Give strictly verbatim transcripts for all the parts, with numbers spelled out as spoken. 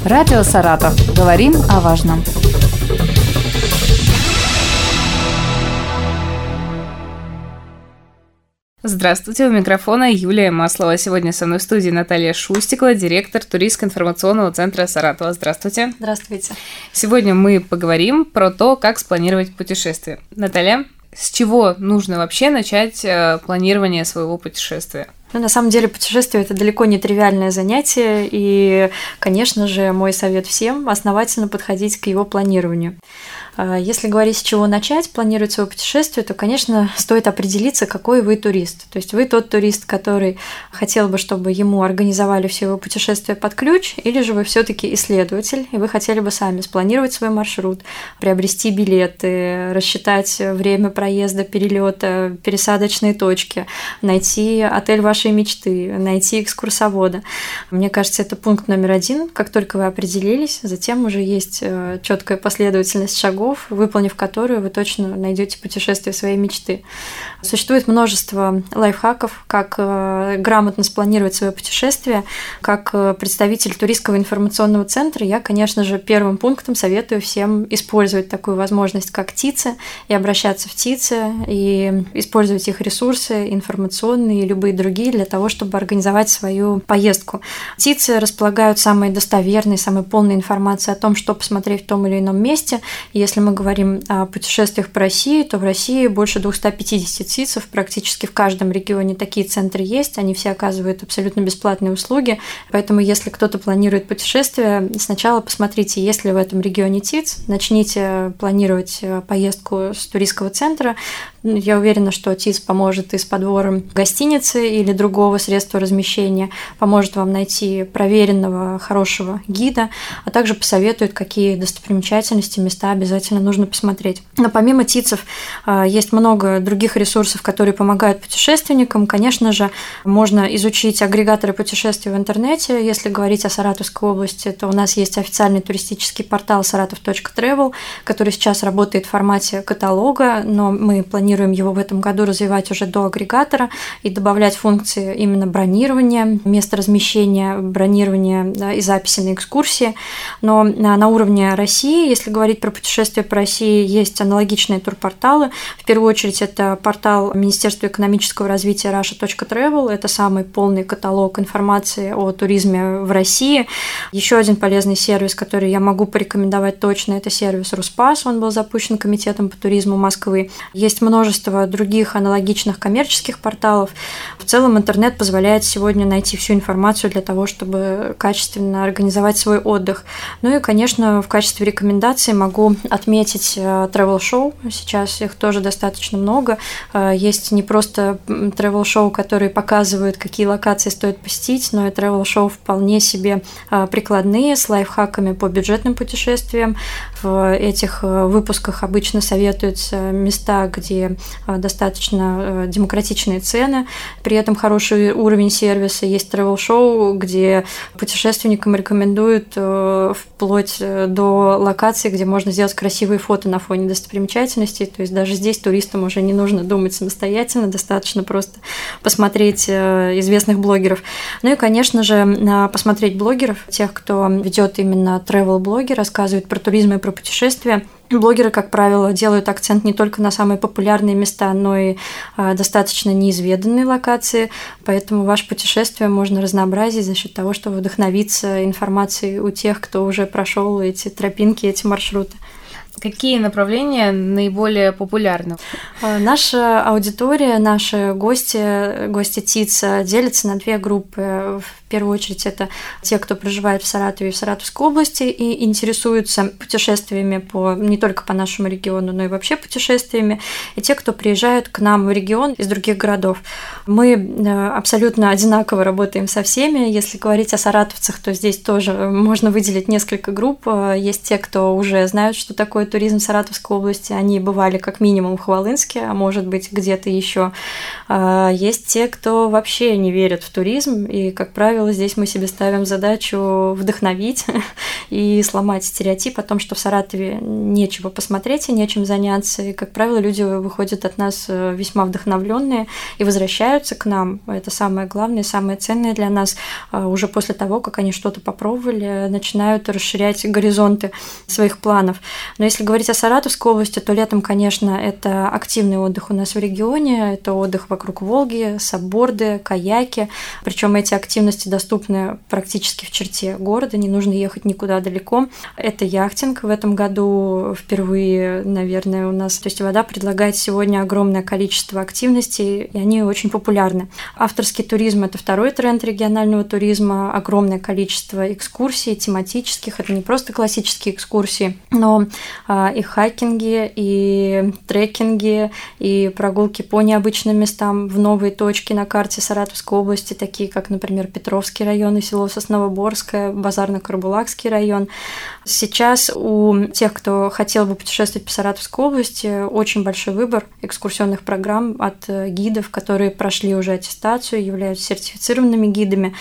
Радио Саратов. Говорим о важном. Здравствуйте, у микрофона Юлия Маслова. Сегодня со мной в студии Наталья Шустикова, директор туристско-информационного центра Саратова. Здравствуйте. Здравствуйте. Сегодня мы поговорим про то, как спланировать путешествие. Наталья, с чего нужно вообще начать планирование своего путешествия? Ну, на самом деле путешествие – это далеко не тривиальное занятие, и, конечно же, мой совет всем – основательно подходить к его планированию. Если говорить, с чего начать планировать свое путешествие, то, конечно, стоит определиться, какой вы турист. То есть вы тот турист, который хотел бы, чтобы ему организовали все его путешествие под ключ, или же вы все-таки исследователь, и вы хотели бы сами спланировать свой маршрут, приобрести билеты, рассчитать время проезда, перелета, пересадочные точки, найти отель вашей мечты, найти экскурсовода. Мне кажется, это пункт номер один. Как только вы определились, затем уже есть четкая последовательность шагов, выполнив которую вы точно найдете путешествие своей мечты. Существует множество лайфхаков, как грамотно спланировать свое путешествие. Как представитель туристского информационного центра я, конечно же, первым пунктом советую всем использовать такую возможность, как ТИЦы, и обращаться в ТИЦы, и использовать их ресурсы информационные и любые другие для того, чтобы организовать свою поездку. ТИЦы располагают самой достоверной, самой полной информацией о том, что посмотреть в том или ином месте. Если мы говорим о путешествиях по России, то в России больше двести пятьдесят ТИЦов, практически в каждом регионе такие центры есть, они все оказывают абсолютно бесплатные услуги, поэтому если кто-то планирует путешествие, сначала посмотрите, есть ли в этом регионе ТИЦ, начните планировать поездку с туристского центра. Я уверена, что ТИЦ поможет и с подбором гостиницы или другого средства размещения, поможет вам найти проверенного, хорошего гида, а также посоветует, какие достопримечательности, места обязательно нужно посмотреть. Но помимо ТИЦов есть много других ресурсов, которые помогают путешественникам. Конечно же, можно изучить агрегаторы путешествий в интернете. Если говорить о Саратовской области, то у нас есть официальный туристический портал саратов точка тревел, который сейчас работает в формате каталога, но мы планируем его в этом году развивать уже до агрегатора и добавлять функции именно бронирования, места размещения, бронирования, да, и записи на экскурсии. Но на уровне России, если говорить про путешествия по России, есть аналогичные турпорталы. В первую очередь это портал Министерства экономического развития раша точка тревел. Это самый полный каталог информации о туризме в России. Еще один полезный сервис, который я могу порекомендовать точно, это сервис Руспас. Он был запущен Комитетом по туризму Москвы. Есть множество множество других аналогичных коммерческих порталов. В целом интернет позволяет сегодня найти всю информацию для того, чтобы качественно организовать свой отдых. Ну и, конечно, в качестве рекомендаций могу отметить travel-шоу. Сейчас их тоже достаточно много. Есть не просто travel-шоу, которые показывают, какие локации стоит посетить, но и travel-шоу вполне себе прикладные, с лайфхаками по бюджетным путешествиям. В этих выпусках обычно советуются места, где достаточно демократичные цены, при этом хороший уровень сервиса. Есть travel-шоу, где путешественникам рекомендуют вплоть до локаций, где можно сделать красивые фото на фоне достопримечательностей. То есть даже здесь туристам уже не нужно думать самостоятельно, достаточно просто посмотреть известных блогеров. Ну и, конечно же, посмотреть блогеров, тех, кто ведет именно travel-блоги, рассказывает про туризм и про путешествия. Блогеры, как правило, делают акцент не только на самые популярные места, но и достаточно неизведанные локации, поэтому ваше путешествие можно разнообразить за счет того, чтобы вдохновиться информацией у тех, кто уже прошел эти тропинки, эти маршруты. Какие направления наиболее популярны? Наша аудитория, наши гости, гости ТИЦа делятся на две группы. В первую очередь это те, кто проживает в Саратове и в Саратовской области и интересуются путешествиями по, не только по нашему региону, но и вообще путешествиями, и те, кто приезжают к нам в регион из других городов. Мы абсолютно одинаково работаем со всеми. Если говорить о саратовцах, то здесь тоже можно выделить несколько групп. Есть те, кто уже знают, что такое туризм Саратовской области, они бывали как минимум в Хвалынске, а может быть где-то еще. Есть те, кто вообще не верит в туризм, и, как правило, здесь мы себе ставим задачу вдохновить и сломать стереотип о том, что в Саратове нечего посмотреть и нечем заняться. И, как правило, люди выходят от нас весьма вдохновленные и возвращаются к нам. Это самое главное, самое ценное для нас. Уже после того, как они что-то попробовали, начинают расширять горизонты своих планов. Но если говорить о Саратовской области, то летом, конечно, это активный отдых у нас в регионе. Это отдых вокруг Волги, сабборды, каяки. Причем эти активности доступны практически в черте города, не нужно ехать никуда далеко. Это яхтинг. В этом году впервые, наверное, у нас то есть вода предлагает сегодня огромное количество активностей, и они очень популярны. Авторский туризм – это второй тренд регионального туризма. Огромное количество экскурсий тематических. Это не просто классические экскурсии, но а, и хайкинги, и трекинги, и прогулки по необычным местам в новые точки на карте Саратовской области, такие как, например, Петровский район и село Сосновоборское, Базарно-Карабулакский район. Сейчас у тех, кто хотел бы путешествовать по Саратовской области, очень большой выбор экскурсионных программ от гидов, которые прошли уже аттестацию, являются сертифицированными гидами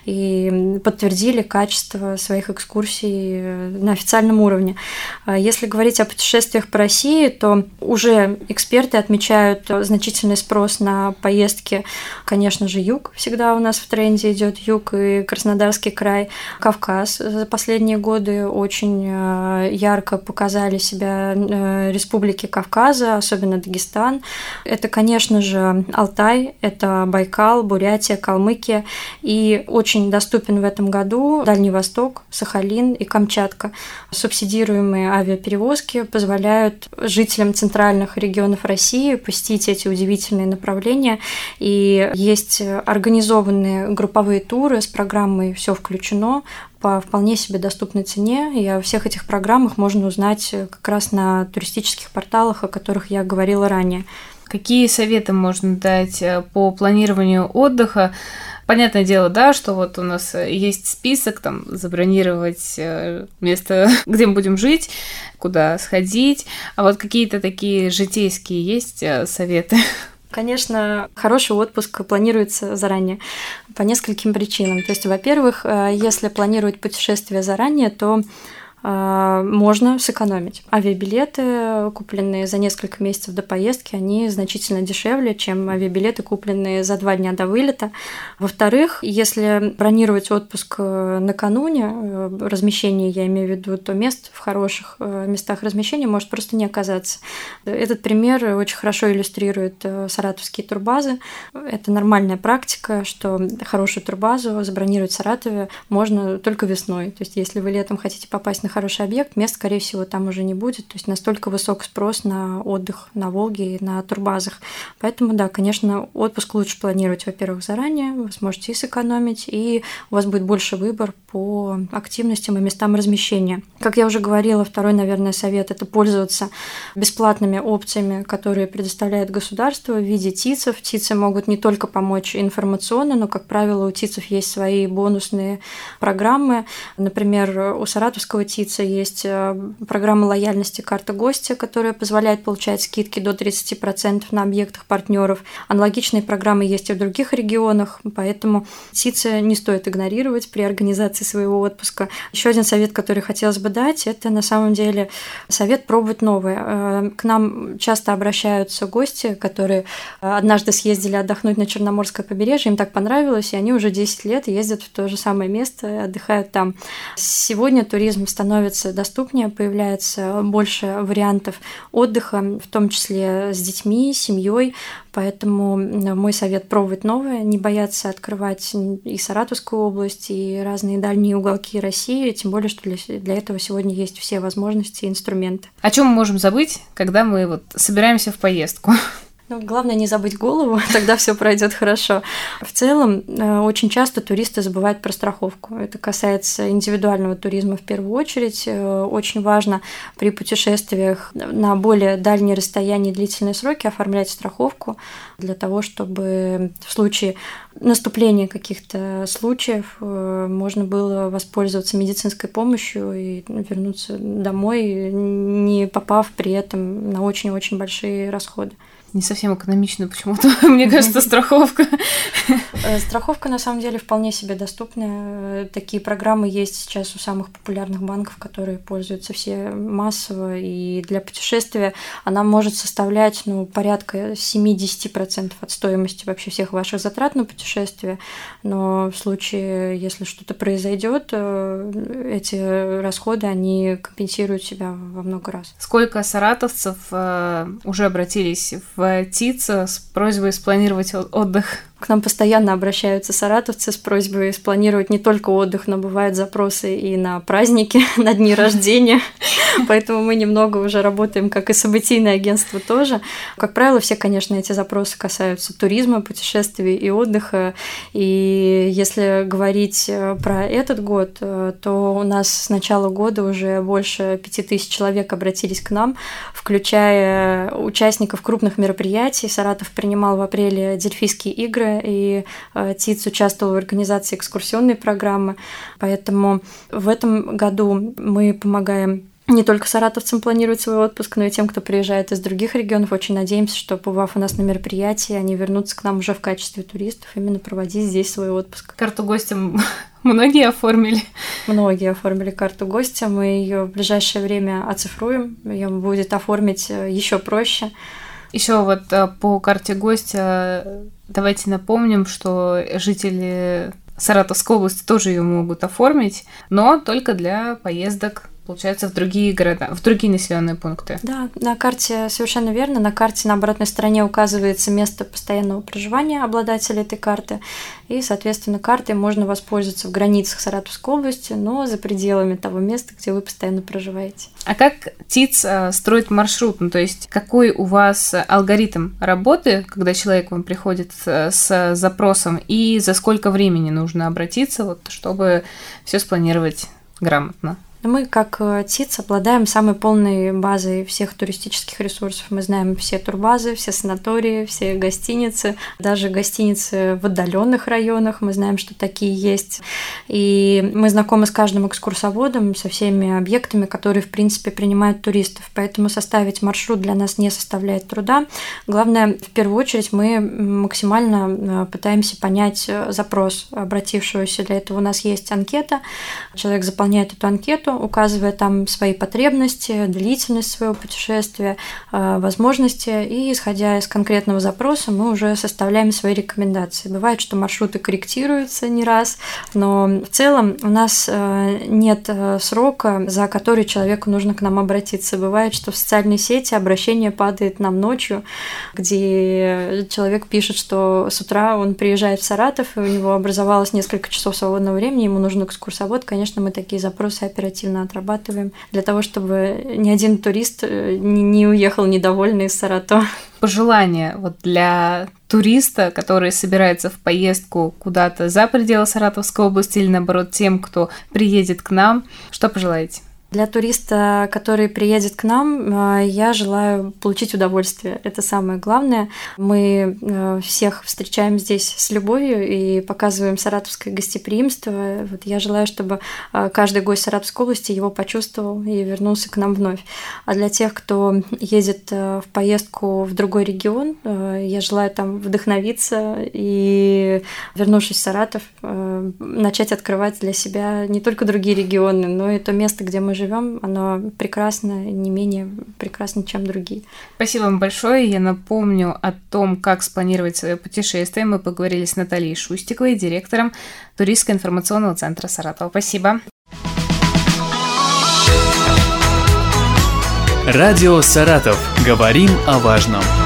и подтвердили качество своих экскурсий на официальном уровне. Если говорить о путешествиях по России, то уже эксперты отмечают значительный спрос на поездки. Конечно же, юг всегда у нас в тренде идет, юг и Краснодарский край, Кавказ. За последние годы очень ярко показали себя республики Кавказа, особенно Дагестан. Это, конечно же, Алтай, это Байкал, Бурятия, Калмыкия. И очень доступен в этом году Дальний Восток, Сахалин и Камчатка. Субсидируемые авиаперевозки позволяют жителям центральных регионов России посетить эти удивительные направления. И есть организованные групповые туры с программой «Все включено» по вполне себе доступной цене. И о всех этих программах можно узнать как раз на туристических порталах, о которых я говорила ранее. Какие советы можно дать по планированию отдыха? Понятное дело, да, что вот у нас есть список, там, забронировать место, где мы будем жить, куда сходить, а вот какие-то такие житейские есть советы? Конечно, хороший отпуск планируется заранее по нескольким причинам. То есть, во-первых, если планировать путешествие заранее, то можно сэкономить. Авиабилеты, купленные за несколько месяцев до поездки, они значительно дешевле, чем авиабилеты, купленные за два дня до вылета. Во-вторых, если бронировать отпуск накануне размещения, я имею в виду, то мест в хороших местах размещения может просто не оказаться. Этот пример очень хорошо иллюстрирует саратовские турбазы. Это нормальная практика, что хорошую турбазу забронировать в Саратове можно только весной. То есть, если вы летом хотите попасть на хороший объект, мест, скорее всего, там уже не будет. То есть настолько высок спрос на отдых на Волге и на турбазах. Поэтому, да, конечно, отпуск лучше планировать, во-первых, заранее. Вы сможете и сэкономить, и у вас будет больше выбор по активностям и местам размещения. Как я уже говорила, второй, наверное, совет – это пользоваться бесплатными опциями, которые предоставляет государство в виде ТИЦов. ТИЦы могут не только помочь информационно, но, как правило, у ТИЦов есть свои бонусные программы. Например, у саратовского ТИЦа есть программа лояльности «Карта гостя», которая позволяет получать скидки до тридцать процентов на объектах партнеров. Аналогичные программы есть и в других регионах, поэтому ТИЦы не стоит игнорировать при организации своего отпуска. Еще один совет, который хотелось бы дать, это на самом деле совет пробовать новое. К нам часто обращаются гости, которые однажды съездили отдохнуть на Черноморское побережье, им так понравилось, и они уже десять лет ездят в то же самое место, отдыхают там. Сегодня туризм становится доступнее, появляется больше вариантов отдыха, в том числе с детьми, семьей. Поэтому мой совет – пробовать новое, не бояться открывать и Саратовскую область, и разные дальние уголки России, тем более, что для, для этого сегодня есть все возможности и инструменты. О чем мы можем забыть, когда мы вот собираемся в поездку? Ну, главное не забыть голову, тогда все пройдет хорошо. В целом, очень часто туристы забывают про страховку. Это касается индивидуального туризма в первую очередь. Очень важно при путешествиях на более дальние расстояния и длительные сроки оформлять страховку для того, чтобы в случае наступления каких-то случаев можно было воспользоваться медицинской помощью и вернуться домой, не попав при этом на очень-очень большие расходы. Не совсем экономично почему-то, мне кажется, страховка. Страховка, на самом деле, вполне себе доступная. Такие программы есть сейчас у самых популярных банков, которые пользуются все массово. И для путешествия она может составлять ну, порядка семь-десять процентов от стоимости вообще всех ваших затрат на путешествие. Но в случае, если что-то произойдет, эти расходы, они компенсируют себя во много раз. Сколько саратовцев уже обратились в ТИЦ с просьбой спланировать отдых? К нам постоянно обращаются саратовцы с просьбой спланировать не только отдых, но бывают запросы и на праздники, на дни рождения. Поэтому мы немного уже работаем как и событийное агентство тоже. Как правило, все, конечно, эти запросы касаются туризма, путешествий и отдыха. И если говорить про этот год, то у нас с начала года уже больше пяти тысяч человек обратились к нам, включая участников крупных мероприятий. Саратов принимал в апреле Дельфийские игры, и ТИЦ участвовал в организации экскурсионной программы. Поэтому в этом году мы помогаем не только саратовцам планировать свой отпуск, но и тем, кто приезжает из других регионов. Очень надеемся, что, побывав у нас на мероприятии, они вернутся к нам уже в качестве туристов, именно проводить здесь свой отпуск. Карту гостям многие оформили? Многие оформили карту гостя. Мы ее в ближайшее время оцифруем. Ее будет оформить еще проще. Еще вот по карте гостя давайте напомним, что жители Саратовской области тоже ее могут оформить, но только для поездок, получается, в другие города, в другие населенные пункты. Да, на карте совершенно верно. На карте на обратной стороне указывается место постоянного проживания обладателя этой карты. И, соответственно, картой можно воспользоваться в границах Саратовской области, но за пределами того места, где вы постоянно проживаете. А как ТИЦ строит маршрут? Ну, то есть, какой у вас алгоритм работы, когда человек вам приходит с запросом, и за сколько времени нужно обратиться, вот, чтобы все спланировать грамотно? Мы, как ТИЦ, обладаем самой полной базой всех туристических ресурсов. Мы знаем все турбазы, все санатории, все гостиницы, даже гостиницы в отдаленных районах. Мы знаем, что такие есть. И мы знакомы с каждым экскурсоводом, со всеми объектами, которые, в принципе, принимают туристов. Поэтому составить маршрут для нас не составляет труда. Главное, в первую очередь, мы максимально пытаемся понять запрос обратившегося. Для этого у нас есть анкета. Человек заполняет эту анкету, указывая там свои потребности, длительность своего путешествия, возможности, и, исходя из конкретного запроса, мы уже составляем свои рекомендации. Бывает, что маршруты корректируются не раз, но в целом у нас нет срока, за который человеку нужно к нам обратиться. Бывает, что в социальной сети обращение падает нам ночью, где человек пишет, что с утра он приезжает в Саратов, и у него образовалось несколько часов свободного времени, ему нужен экскурсовод. Конечно, мы такие запросы оперативно отрабатываем для того, чтобы ни один турист не уехал недовольный из Саратова. Пожелания вот для туриста, который собирается в поездку куда-то за пределы Саратовской области, или наоборот тем, кто приедет к нам, что пожелаете? Для туриста, который приедет к нам, я желаю получить удовольствие. Это самое главное. Мы всех встречаем здесь с любовью и показываем саратовское гостеприимство. Вот я желаю, чтобы каждый гость Саратовской области его почувствовал и вернулся к нам вновь. А для тех, кто едет в поездку в другой регион, я желаю там вдохновиться и, вернувшись в Саратов, начать открывать для себя не только другие регионы, но и то место, где мы живем. Живем, оно прекрасно, не менее прекрасно, чем другие. Спасибо вам большое. Я напомню о том, как спланировать свое путешествие. Мы поговорили с Натальей Шустиковой, директором туристско-информационного центра Саратова. Спасибо. Радио «Саратов». Говорим о важном.